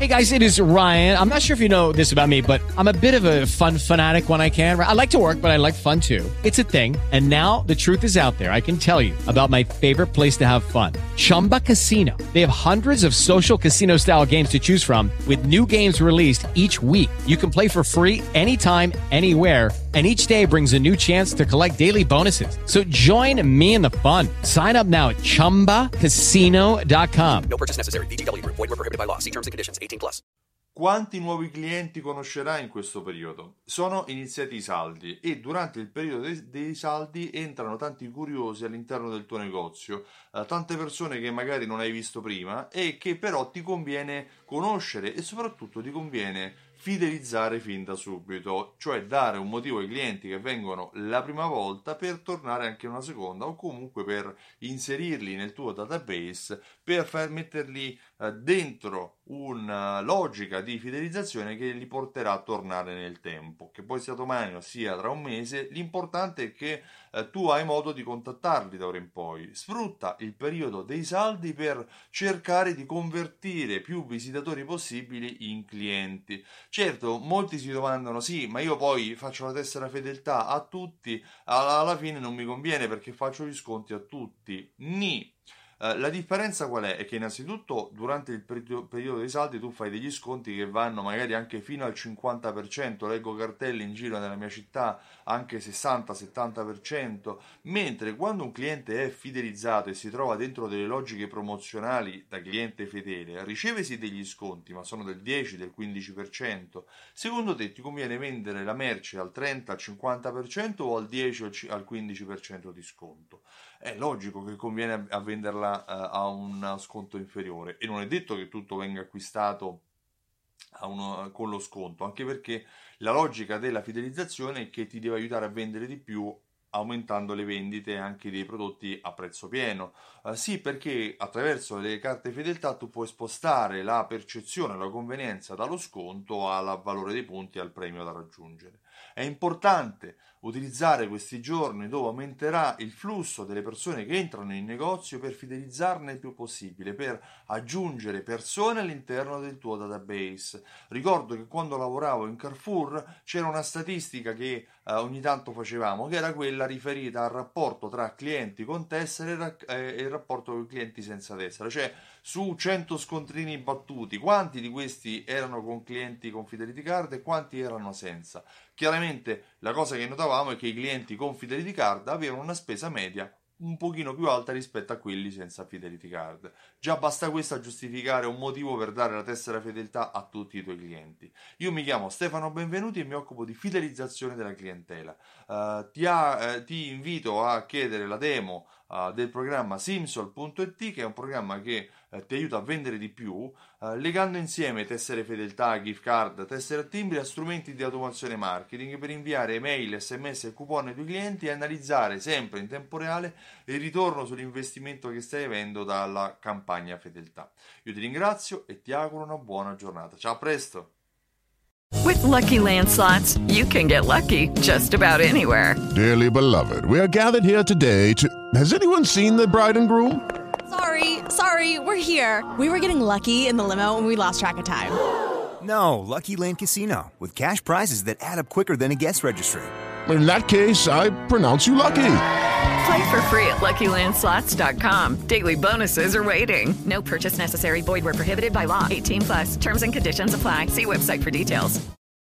Hey guys, it is Ryan. I'm not sure if you know this about me, but I'm a bit of a fun fanatic when I can. I like to work, but I like fun too. It's a thing. And now the truth is out there. I can tell you about my favorite place to have fun. Chumba Casino. They have hundreds of social casino style games to choose from with new games released each week. You can play for free anytime, anywhere. And each day brings a new chance to collect daily bonuses. So join me in the fun. Sign up now at ChumbaCasino.com. No purchase necessary. VGW Group. Void where prohibited by law. See terms and conditions. 18+. Quanti nuovi clienti conoscerai in questo periodo? Sono iniziati i saldi e durante il periodo dei saldi entrano tanti curiosi all'interno del tuo negozio, tante persone che magari non hai visto prima e che però ti conviene conoscere e soprattutto ti conviene fidelizzare fin da subito, cioè dare un motivo ai clienti che vengono la prima volta per tornare anche una seconda o comunque per inserirli nel tuo database, per far metterli dentro una logica di fidelizzazione che li porterà a tornare nel tempo, che poi sia domani o sia tra un mese. L'importante è che tu hai modo di contattarli da ora in poi. Sfrutta il periodo dei saldi per cercare di convertire più visitatori possibili in clienti. Certo, molti si domandano: sì, ma io poi faccio la tessera fedeltà a tutti, alla fine non mi conviene perché faccio gli sconti a tutti. La differenza qual è? È che innanzitutto durante il periodo dei saldi tu fai degli sconti che vanno magari anche fino al 50%, leggo cartelli in giro nella mia città anche 60-70%, mentre quando un cliente è fidelizzato e si trova dentro delle logiche promozionali da cliente fedele, riceve sì degli sconti, ma sono del 10, del 15%, secondo te ti conviene vendere la merce al 30, al 50% o al 10 o al 15% di sconto? È logico che conviene a venderla a un sconto inferiore, e non è detto che tutto venga acquistato con lo sconto, anche perché la logica della fidelizzazione è che ti deve aiutare a vendere di più aumentando le vendite anche dei prodotti a prezzo pieno. Sì, perché attraverso le carte fedeltà tu puoi spostare la percezione, la convenienza dallo sconto al valore dei punti e al premio da raggiungere. È importante utilizzare questi giorni dove aumenterà il flusso delle persone che entrano in negozio per fidelizzarne il più possibile, per aggiungere persone all'interno del tuo database. Ricordo che quando lavoravo in Carrefour c'era una statistica che ogni tanto facevamo, che era quella riferita al rapporto tra clienti con tessere e il rapporto con clienti senza tessera, cioè su 100 scontrini battuti, quanti di questi erano con clienti con Fidelity Card e quanti erano senza. Chiaramente la cosa che notavamo è che i clienti con Fidelity Card avevano una spesa media un pochino più alta rispetto a quelli senza Fidelity Card. Già basta questo a giustificare un motivo per dare la tessera fedeltà a tutti i tuoi clienti. Io mi chiamo Stefano Benvenuti e mi occupo di fidelizzazione della clientela. Ti invito a chiedere la demo del programma Simsol.it, che è un programma che ti aiuta a vendere di più, legando insieme tessere fedeltà, gift card, tessere a timbri a strumenti di automazione marketing per inviare email, sms e coupon ai tuoi clienti e analizzare sempre in tempo reale il ritorno sull'investimento che stai avendo dalla campagna fedeltà. Io ti ringrazio e ti auguro una buona giornata. Ciao, a presto! With Lucky Land Slots, you can get lucky just about anywhere. Dearly beloved, we are gathered here today to... Has anyone seen the bride and groom? Sorry, we're here. We were getting lucky in the limo and we lost track of time. No, Lucky Land Casino, with cash prizes that add up quicker than a guest registry. In that case, I pronounce you lucky. Play for free at LuckyLandSlots.com. Daily bonuses are waiting. No purchase necessary. Void where prohibited by law. 18+. Terms and conditions apply. See website for details.